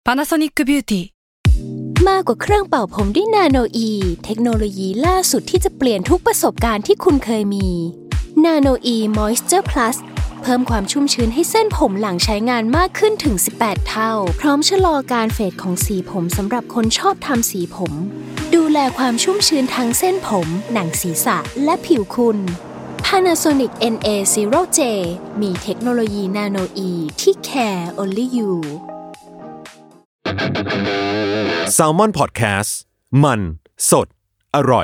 Panasonic Beauty มากกว่าเครื่องเป่าผมด้วยนาโนอีเทคโนโลยีล่าสุดที่จะเปลี่ยนทุกประสบการณ์ที่คุณเคยมีนาโนอีมอยส์เจอร์พลัสเพิ่มความชุ่มชื้นให้เส้นผมหลังใช้งานมากขึ้นถึง18เท่าพร้อมชะลอการเฟดของสีผมสำหรับคนชอบทำสีผมดูแลความชุ่มชื้นทั้งเส้นผมหนังศีรษะและผิวคุณ Panasonic NA0J มีเทคโนโลยีนาโนอีที่ care only you Salmon Podcast มันสดอร่อย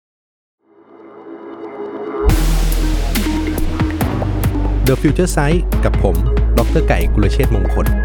The Future Sight กับผมดร.ไก่กุลเชษฐ์มงคล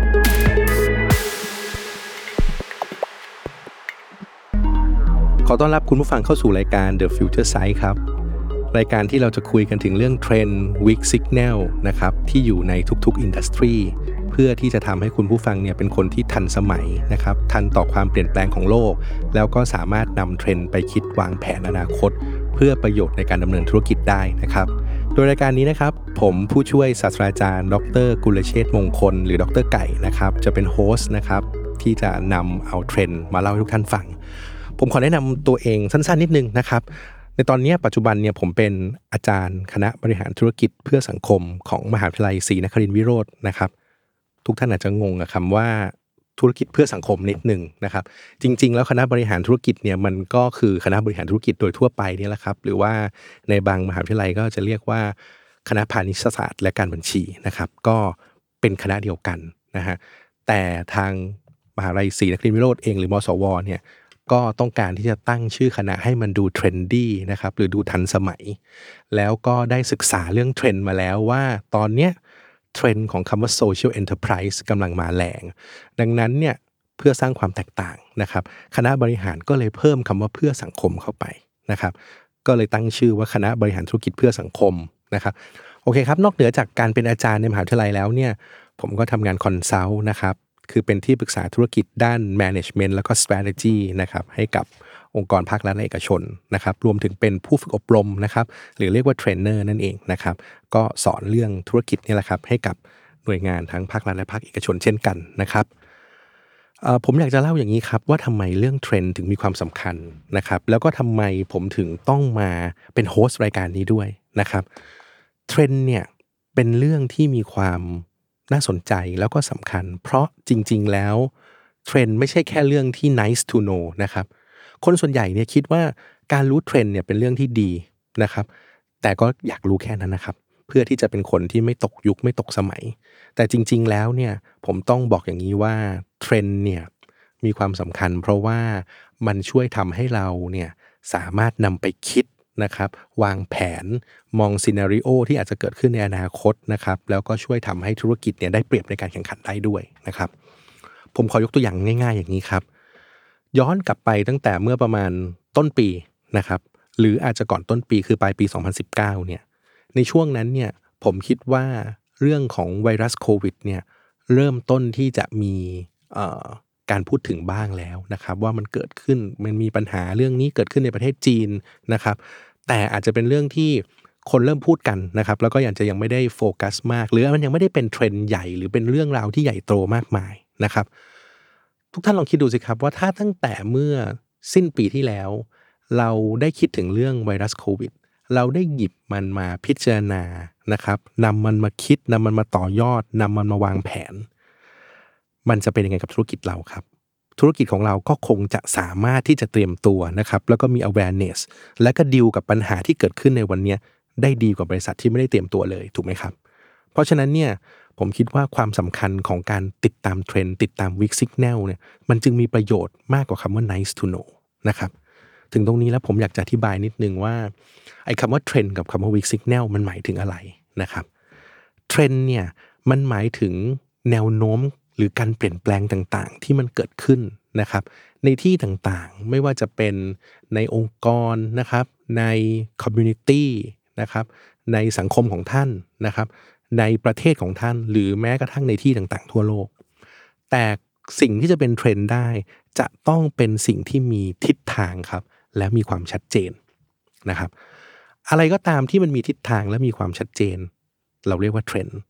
ขอต้อนรับคุณผู้ฟังเข้าสู่รายการ The Future Sight ครับรายการที่เราจะคุยกันถึงเรื่องเทรนด์ Weak Signal นะครับที่อยู่ในทุกๆอินดัสทรีเพื่อที่จะทำให้คุณผู้ฟังเนี่ยเป็นคนที่ทันสมัยนะครับทันต่อความเปลี่ยนแปลงของโลกแล้วก็สามารถนำเทรนด์ไปคิดวางแผนอนาคตเพื่อประโยชน์ในการดำเนินธุรกิจได้นะครับโดยรายการนี้นะครับผมผู้ช่วยศาสตราจารย์ดร.กุลเชษฐ์มงคลหรือดร.ไก่นะครับจะเป็นโฮสต์นะครับที่จะนำเอาเทรนด์มาเล่าให้ทุกท่านฟังผมขอแนะนำตัวเองสั้นๆนิดนึงนะครับในตอนนี้ปัจจุบันเนี่ยผมเป็นอาจารย์คณะบริหารธุรกิจเพื่อสังคมของมหาวิทยาลัยศรีนครินทรวิโรจน์นะครับทุกท่านอาจจะงงกับคำว่าธุรกิจเพื่อสังคมนิดนึงนะครับจริงๆแล้วคณะบริหารธุรกิจเนี่ยมันก็คือคณะบริหารธุรกิจโดยทั่วไปนี่แหละครับหรือว่าในบางมหาวิทยาลัยก็จะเรียกว่าคณะพาณิชยศาสตร์และการบัญชีนะครับก็เป็นคณะเดียวกันนะฮะแต่ทางมหาวิทยาลัยศรีนครินทรวิโรจน์เองหรือมศวเนี่ยก็ต้องการที่จะตั้งชื่อคณะให้มันดูเทรนดี้นะครับหรือดูทันสมัยแล้วก็ได้ศึกษาเรื่องเทรนด์มาแล้วว่าตอนเนี้ยเทรนด์ของคำว่า social enterprise กำลังมาแรงดังนั้นเนี่ยเพื่อสร้างความแตกต่างนะครับคณะบริหารก็เลยเพิ่มคำว่าเพื่อสังคมเข้าไปนะครับก็เลยตั้งชื่อว่าคณะบริหารธุรกิจเพื่อสังคมนะครับโอเคครับนอกเหนือจากการเป็นอาจารย์ในมหาวิทยาลัยแล้วเนี่ยผมก็ทำงานคอนซัลท์นะครับคือเป็นที่ปรึกษาธุรกิจด้าน management แล้วก็ strategy นะครับให้กับองค์กรภาครัฐและเอกชนนะครับรวมถึงเป็นผู้ฝึกอบรมนะครับหรือเรียกว่าเทรนเนอร์นั่นเองนะครับก็สอนเรื่องธุรกิจนี่แหละครับให้กับหน่วยงานทั้งภาครัฐและภาคเอกชนเช่นกันนะครับผมอยากจะเล่าอย่างนี้ครับว่าทำไมเรื่องเทรนด์ถึงมีความสำคัญนะครับแล้วก็ทำไมผมถึงต้องมาเป็นโฮสต์รายการนี้ด้วยนะครับเทรนด์เนี่ยเป็นเรื่องที่มีความน่าสนใจแล้วก็สำคัญเพราะจริงๆแล้วเทรนด์ไม่ใช่แค่เรื่องที่ nice to know นะครับคนส่วนใหญ่เนี่ยคิดว่าการรู้เทรนด์เนี่ยเป็นเรื่องที่ดีนะครับแต่ก็อยากรู้แค่นั้นนะครับเพื่อที่จะเป็นคนที่ไม่ตกยุคไม่ตกสมัยแต่จริงๆแล้วเนี่ยผมต้องบอกอย่างนี้ว่าเทรนด์เนี่ยมีความสำคัญเพราะว่ามันช่วยทำให้เราเนี่ยสามารถนำไปคิดนะครับวางแผนมองซีนาริโอที่อาจจะเกิดขึ้นในอนาคตนะครับแล้วก็ช่วยทำให้ธุรกิจเนี่ยได้เปรียบในการแข่งขันได้ด้วยนะครับผมขอยกตัวอย่างง่ายๆอย่างนี้ครับย้อนกลับไปตั้งแต่เมื่อประมาณต้นปีนะครับหรืออาจจะก่อนต้นปีคือปลายปี2019เนี่ยในช่วงนั้นเนี่ยผมคิดว่าเรื่องของไวรัสโควิดเนี่ยเริ่มต้นที่จะมีการพูดถึงบ้างแล้วนะครับว่ามันเกิดขึ้นมันมีปัญหาเรื่องนี้เกิดขึ้นในประเทศจีนนะครับแต่อาจจะเป็นเรื่องที่คนเริ่มพูดกันนะครับแล้วก็ยังไม่ได้โฟกัสมากหรือมันยังไม่ได้เป็นเทรนด์ใหญ่หรือเป็นเรื่องราวที่ใหญ่โตมากมายนะครับทุกท่านลองคิดดูสิครับว่าถ้าตั้งแต่เมื่อสิ้นปีที่แล้วเราได้คิดถึงเรื่องไวรัสโควิดเราได้หยิบมันมาพิจารณานะครับนำมันมาคิดนำมันมาต่อยอดนำมันมาวางแผนมันจะเป็นยังไงกับธุรกิจเราครับธุรกิจของเราก็คงจะสามารถที่จะเตรียมตัวนะครับแล้วก็มี awareness และก็ดีลกับปัญหาที่เกิดขึ้นในวันนี้ได้ดีกว่าบริษัทที่ไม่ได้เตรียมตัวเลยถูกไหมครับเพราะฉะนั้นเนี่ยผมคิดว่าความสำคัญของการติดตามเทรนด์ติดตาม weak signal เนี่ยมันจึงมีประโยชน์มากกว่าคำว่า nice to know นะครับถึงตรงนี้แล้วผมอยากจะอธิบายนิดนึงว่าไอ้คำว่าเทรนด์กับคำว่า weak signal มันหมายถึงอะไรนะครับเทรนด์เนี่ยมันหมายถึงแนวโน้มหรือการเปลี่ยนแปลงต่างๆที่มันเกิดขึ้นนะครับในที่ต่างๆไม่ว่าจะเป็นในองค์กรนะครับในคอมมูนิตี้นะครับในสังคมของท่านนะครับในประเทศของท่านหรือแม้กระทั่งในที่ต่างๆทั่วโลกแต่สิ่งที่จะเป็นเทรนด์ได้จะต้องเป็นสิ่งที่มีทิศทางครับและมีความชัดเจนนะครับอะไรก็ตามที่มันมีทิศทางและมีความชัดเจนเราเรียกว่าเทรนด์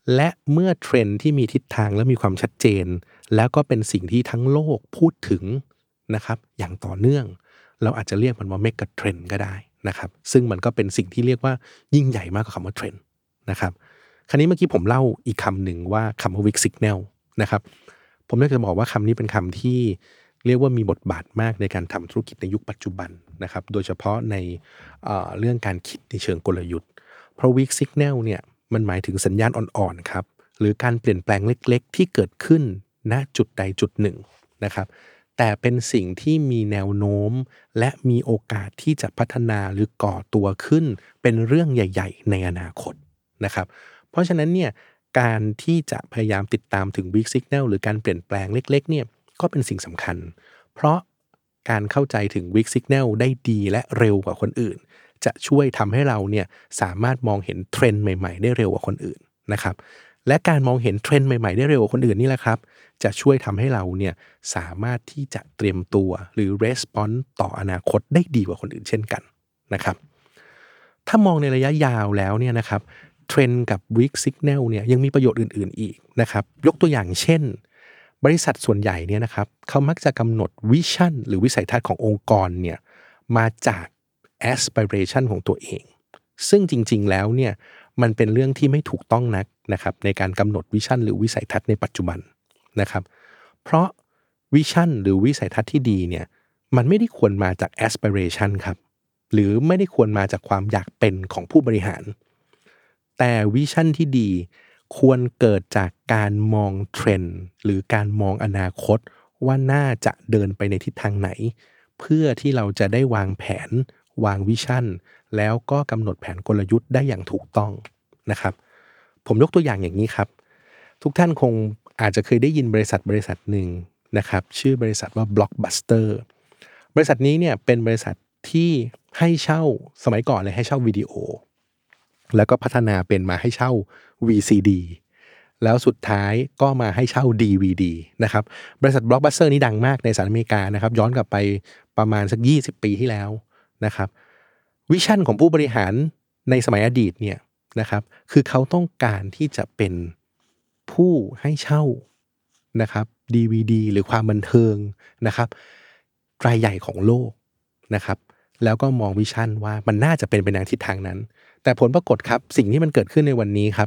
และเมื่อเทรนด์ที่มีทิศทางและมีความชัดเจนแล้วก็เป็นสิ่งที่ทั้งโลกพูดถึงนะครับอย่างต่อเนื่องเราอาจจะเรียกมันว่าเมกะเทรนด์ก็ได้นะครับซึ่งมันก็เป็นสิ่งที่เรียกว่ายิ่งใหญ่มากกว่าคำว่าเทรนด์นะครับคราวนี้เมื่อกี้ผมเล่าอีกคำหนึ่งว่าคำว่า weak signal นะครับผมอยากจะบอกว่าคำนี้เป็นคำที่เรียกว่ามีบทบาทมากในการทำธุรกิจในยุคปัจจุบันนะครับโดยเฉพาะในเรื่องการคิดในเชิงกลยุทธ์เพราะ weak signal เนี่ยมันหมายถึงสัญญาณอ่อนๆครับหรือการเปลี่ยนแปลงเล็กๆที่เกิดขึ้นณจุดใดจุดหนึ่งนะครับแต่เป็นสิ่งที่มีแนวโน้มและมีโอกาสที่จะพัฒนาหรือก่อตัวขึ้นเป็นเรื่องใหญ่ๆในอนาคตนะครับเพราะฉะนั้นเนี่ยการที่จะพยายามติดตามถึง weak signal หรือการเปลี่ยนแปลงเล็กๆเนี่ยก็เป็นสิ่งสำคัญเพราะการเข้าใจถึง weak signal ได้ดีและเร็วกว่าคนอื่นจะช่วยทำให้เราเนี่ยสามารถมองเห็นเทรนด์ใหม่ๆได้เร็วกว่าคนอื่นนะครับและการมองเห็นเทรนด์ใหม่ๆได้เร็วกว่าคนอื่นนี่แหละครับจะช่วยทำให้เราเนี่ยสามารถที่จะเตรียมตัวหรือ response ต่ออนาคตได้ดีกว่าคนอื่นเช่นกันนะครับถ้ามองในระยะยาวแล้วเนี่ยนะครับเทรนด์กับ weak signal เนี่ยยังมีประโยชน์อื่นๆอีกนะครับยกตัวอย่างเช่นบริษัทส่วนใหญ่เนี่ยนะครับเขามักจะกำหนดวิชั่นหรือวิสัยทัศน์ขององค์กรเนี่ยมาจาก aspiration ของตัวเองซึ่งจริงๆแล้วเนี่ยมันเป็นเรื่องที่ไม่ถูกต้องนักนะครับในการกำหนดวิชั่นหรือวิสัยทัศน์ในปัจจุบันนะครับเพราะวิชั่นหรือวิสัยทัศน์ที่ดีเนี่ยมันไม่ได้ควรมาจาก aspiration ครับหรือไม่ได้ควรมาจากความอยากเป็นของผู้บริหารแต่วิชั่นที่ดีควรเกิดจากการมองเทรนด์หรือการมองอนาคตว่าน่าจะเดินไปในทิศทางไหนเพื่อที่เราจะได้วางแผนวางวิชั่นแล้วก็กำหนดแผนกลยุทธ์ได้อย่างถูกต้องนะครับผมยกตัวอย่างอย่างนี้ครับทุกท่านคงอาจจะเคยได้ยินบริษัทหนึ่งนะครับชื่อบริษัทว่า Blockbuster บริษัทนี้เนี่ยเป็นบริษัทที่ให้เช่าสมัยก่อนเลยให้เช่าวิดีโอแล้วก็พัฒนาเป็นมาให้เช่า VCD แล้วสุดท้ายก็มาให้เช่า DVD นะครับบริษัท Blockbuster นี้ดังมากในสหรัฐอเมริกานะครับย้อนกลับไปประมาณสัก20 ปีที่แล้วนะครับวิชั่นของผู้บริหารในสมัยอดีตเนี่ยนะครับคือเขาต้องการที่จะเป็นผู้ให้เช่านะครับ DVD หรือความบันเทิงนะครับรายใหญ่ของโลกนะครับแล้วก็มองวิชั่นว่ามันน่าจะเป็นไปในทิศทางนั้นแต่ผลปรากฏครับสิ่งที่มันเกิดขึ้นในวันนี้ครับ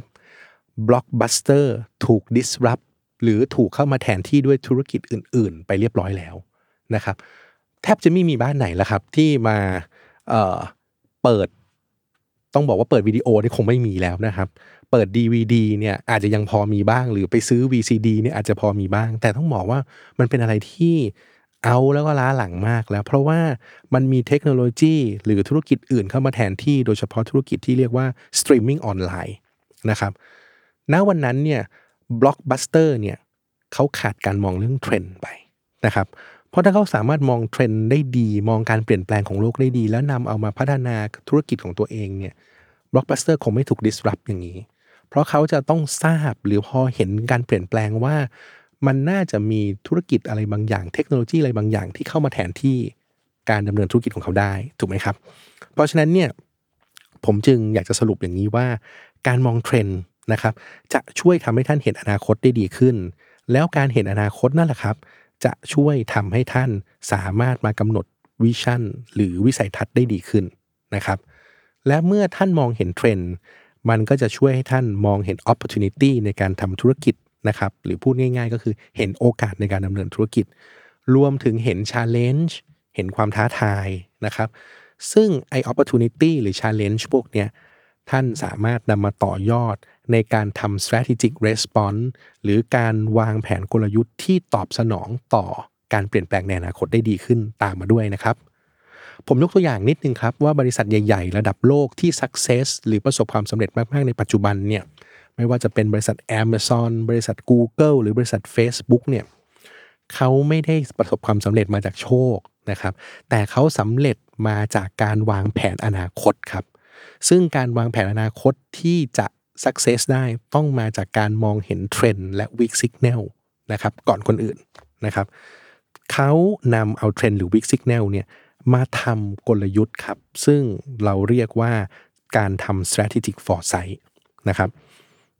Blockbuster ถูก disrupt หรือถูกเข้ามาแทนที่ด้วยธุรกิจอื่นๆไปเรียบร้อยแล้วนะครับแทบจะไม่มีบ้านไหนแล้วครับที่มาเปิดต้องบอกว่าเปิดวิดีโอนี่คงไม่มีแล้วนะครับเปิด DVD เนี่ยอาจจะยังพอมีบ้างหรือไปซื้อ VCD เนี่ยอาจจะพอมีบ้างแต่ต้องบอกว่ามันเป็นอะไรที่เอาแล้วก็ล้าหลังมากแล้วเพราะว่ามันมีเทคโนโลยีหรือธุรกิจอื่นเข้ามาแทนที่โดยเฉพาะธุรกิจที่เรียกว่าสตรีมมิ่งออนไลน์นะครับณวันนั้นเนี่ย Blockbuster เนี่ยเขาขาดการมองเรื่องเทรนด์ไปนะครับเพราะถ้าเขาสามารถมองเทรนด์ได้ดีมองการเปลี่ยนแปลงของโลกได้ดีแล้วนำเอามาพัฒนาธุรกิจของตัวเองเนี่ย Blockbuster คงไม่ถูก disrupt อย่างนี้เพราะเขาจะต้องทราบหรือพอเห็นการเปลี่ยนแปลงว่ามันน่าจะมีธุรกิจอะไรบางอย่างเทคโนโลยีอะไรบางอย่างที่เข้ามาแทนที่การดำเนินธุรกิจของเขาได้ถูกไหมครับเพราะฉะนั้นเนี่ยผมจึงอยากจะสรุปอย่างนี้ว่าการมองเทรนด์นะครับจะช่วยทำให้ท่านเห็นอนาคตได้ดีขึ้นแล้วการเห็นอนาคตนั่นแหละครับจะช่วยทำให้ท่านสามารถมากำหนดวิชั่นหรือวิสัยทัศน์ได้ดีขึ้นนะครับและเมื่อท่านมองเห็นเทรนด์มันก็จะช่วยให้ท่านมองเห็น opportunity ในการทำธุรกิจนะครับหรือพูดง่ายๆก็คือเห็นโอกาสในการดำเนินธุรกิจรวมถึงเห็น challenge เห็นความท้าทายนะครับซึ่งไอ้ opportunity หรือ challenge พวกเนี้ยท่านสามารถนำมาต่อยอดในการทำ strategic response หรือการวางแผนกลยุทธ์ที่ตอบสนองต่อการเปลี่ยนแปลงในอนาคตได้ดีขึ้นตามมาด้วยนะครับผมยกตัวอย่างนิดนึงครับว่าบริษัทใหญ่ๆระดับโลกที่ success หรือประสบความสำเร็จมากๆในปัจจุบันเนี่ยไม่ว่าจะเป็นบริษัท Amazon บริษัท Google หรือบริษัท Facebook เนี่ยเขาไม่ได้ประสบความสำเร็จมาจากโชคนะครับแต่เขาสำเร็จมาจากการวางแผนอนาคตครับซึ่งการวางแผนอนาคตที่จะ success ได้ต้องมาจากการมองเห็นเทรนด์และ weak signal นะครับก่อนคนอื่นนะครับเขานำเอาเทรนด์หรือ weak signal เนี่ยมาทำกลยุทธ์ครับซึ่งเราเรียกว่าการทำ strategic foresight นะครับ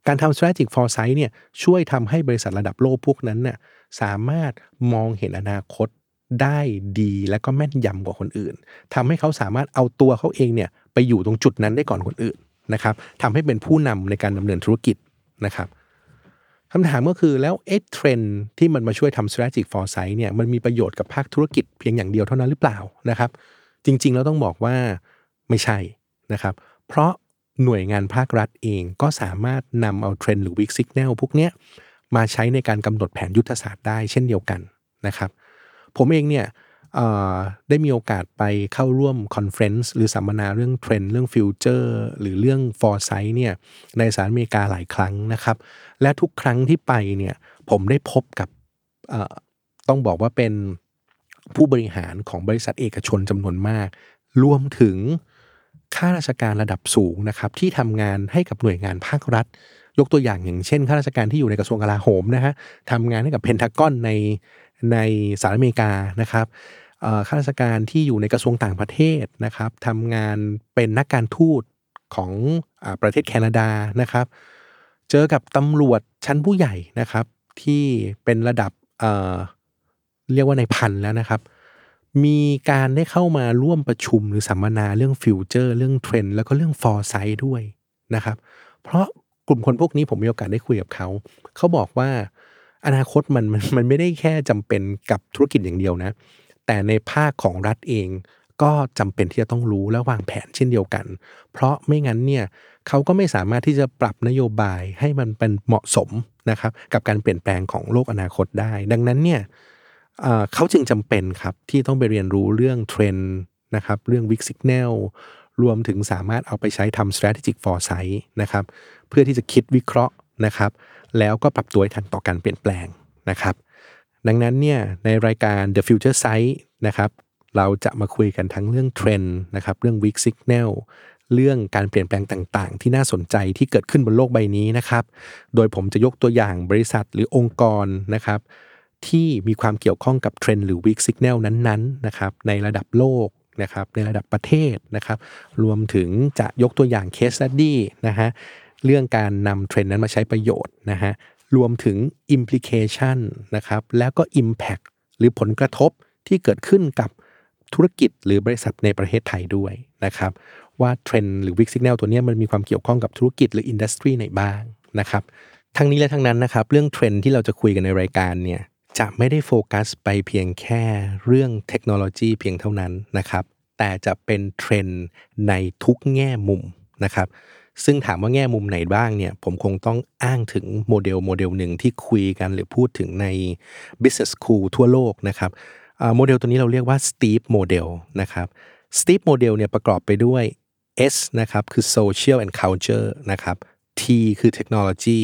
การทำ strategic foresight เนี่ยช่วยทำให้บริษัทระดับโลกพวกนั้นเนี่ยสามารถมองเห็นอนาคตได้ดีและก็แม่นยำกว่าคนอื่นทำให้เขาสามารถเอาตัวเขาเองเนี่ยไปอยู่ตรงจุดนั้นได้ก่อนคนอื่นนะครับทำให้เป็นผู้นำในการดำเนินธุรกิจนะครับคำถามก็คือแล้วเทรนด์ที่มันมาช่วยทำ strategic foresight เนี่ยมันมีประโยชน์กับภาคธุรกิจเพียงอย่างเดียวเท่านั้นหรือเปล่านะครับจริงๆแล้วต้องบอกว่าไม่ใช่นะครับเพราะหน่วยงานภาครัฐเองก็สามารถนำเอาเทรนด์หรือ weak signal พวกเนี้ยมาใช้ในการกำหนดแผนยุทธศาสตร์ได้เช่นเดียวกันนะครับผมเองเนี่ยได้มีโอกาสไปเข้าร่วมคอนเฟรนซ์หรือสัมมนาเรื่องเทรนด์เรื่องฟิวเจอร์หรือเรื่อง foresight เนี่ยในสหรัฐอเมริกาหลายครั้งนะครับและทุกครั้งที่ไปเนี่ยผมได้พบกับต้องบอกว่าเป็นผู้บริหารของบริษัทเอกชนจำนวนมากรวมถึงข้าราชการระดับสูงนะครับที่ทำงานให้กับหน่วยงานภาครัฐยกตัวอย่างเช่นข้าราชการที่อยู่ในกระทรวงกลาโหมนะฮะทำงานให้กับเพนทากอนในสหรัฐอเมริกานะครับข้าราชการที่อยู่ในกระทรวงต่างประเทศนะครับทำงานเป็นนักการทูตของประเทศแคนาดานะครับเจอกับตำรวจชั้นผู้ใหญ่นะครับที่เป็นระดับเรียกว่าในพันแล้วนะครับมีการได้เข้ามาร่วมประชุมหรือสัมมนาเรื่องฟิวเจอร์เรื่องเทรนด์แล้วก็เรื่องฟอร์ไซต์ด้วยนะครับเพราะกลุ่มคนพวกนี้ผมมีโอกาสได้คุยกับเขาบอกว่าอนาคตมันไม่ได้แค่จำเป็นกับธุรกิจอย่างเดียวนะแต่ในภาคของรัฐเองก็จำเป็นที่จะต้องรู้และวางแผนเช่นเดียวกันเพราะไม่งั้นเนี่ยเขาก็ไม่สามารถที่จะปรับนโยบายให้มันเป็นเหมาะสมนะครับกับการเปลี่ยนแปลงของโลกอนาคตได้ดังนั้นเนี่ยเขาจึงจำเป็นครับที่ต้องไปเรียนรู้เรื่องเทรนด์นะครับเรื่อง weak signal รวมถึงสามารถเอาไปใช้ทำ strategic foresight นะครับเพื่อที่จะคิดวิเคราะห์นะครับแล้วก็ปรับตัวให้ทันต่อการเปลี่ยนแปลงนะครับดังนั้นเนี่ยในรายการ The Future Sight นะครับเราจะมาคุยกันทั้งเรื่องเทรนด์นะครับเรื่อง weak signal เรื่องการเปลี่ยนแปลงต่างๆที่น่าสนใจที่เกิดขึ้นบนโลกใบนี้นะครับโดยผมจะยกตัวอย่างบริษัทหรือองค์กรนะครับที่มีความเกี่ยวข้องกับเทรนด์หรือ weak signal นั้นๆนะครับในระดับโลกนะครับในระดับประเทศนะครับรวมถึงจะยกตัวอย่าง case study นะฮะเรื่องการนำเทรนด์นั้นมาใช้ประโยชน์นะฮะรวมถึง implication นะครับแล้วก็ impact หรือผลกระทบที่เกิดขึ้นกับธุรกิจหรือบริษัทในประเทศไทยด้วยนะครับว่าเทรนด์หรือ weak signal ตัวนี้มันมีความเกี่ยวข้องกับธุรกิจหรือ industry ไหนบ้างนะครับทั้งนี้และทั้งนั้นนะครับเรื่องเทรนด์ที่เราจะคุยกันในรายการเนี่ยจะไม่ได้โฟกัสไปเพียงแค่เรื่องเทคโนโลยีเพียงเท่านั้นนะครับแต่จะเป็นเทรนด์ในทุกแง่มุมนะครับซึ่งถามว่าแง่มุมไหนบ้างเนี่ยผมคงต้องอ้างถึงโมเดลหนึ่งที่คุยกันหรือพูดถึงใน Business School ทั่วโลกนะครับโมเดลตัวนี้เราเรียกว่า STEEP Model นะครับ STEEP Model เนี่ยประกอบไปด้วย S นะครับคือ Social and Culture นะครับ T คือ Technology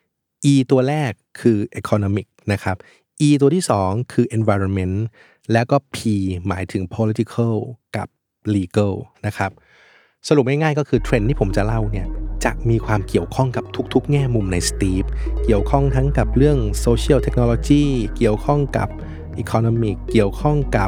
E ตัวแรกคือ Economic นะครับ E ตัวที่2คือ Environment แล้วก็ P หมายถึง Political กับ Legal นะครับสรุปง่ายๆก็คือเทรนด์ที่ผมจะเล่าเนี่ยจะมีความเกี่ยวข้องกับทุกๆแง่มุมใน STEEP เกี่ยวข้องทั้งกับเรื่อง Social Technology เกี่ยวข้องกับ Economic เกี่ยวข้องกับ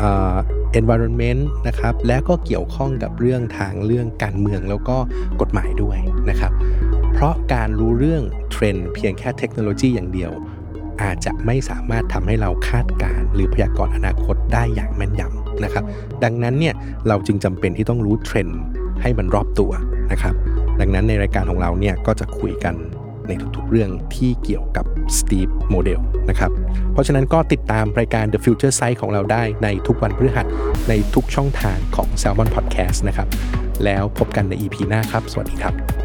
environment นะครับและก็เกี่ยวข้องกับเรื่องการเมืองแล้วก็กฎหมายด้วยนะครับเพราะการรู้เรื่องเทรนด์เพียงแค่เทคโนโลยีอย่างเดียวอาจจะไม่สามารถทำให้เราคาดการณ์หรือพยากรณ์อนาคตได้อย่างแม่นยำนะครับดังนั้นเนี่ยเราจึงจำเป็นที่ต้องรู้เทรนด์ให้มันรอบตัวนะครับดังนั้นในรายการของเราเนี่ยก็จะคุยกันในทุกๆเรื่องที่เกี่ยวกับ STEEP Model นะครับเพราะฉะนั้นก็ติดตามรายการ The Future Sight ของเราได้ในทุกวันพฤหัสในทุกช่องทางของ Salmon Podcast นะครับแล้วพบกันใน EP หน้าครับสวัสดีครับ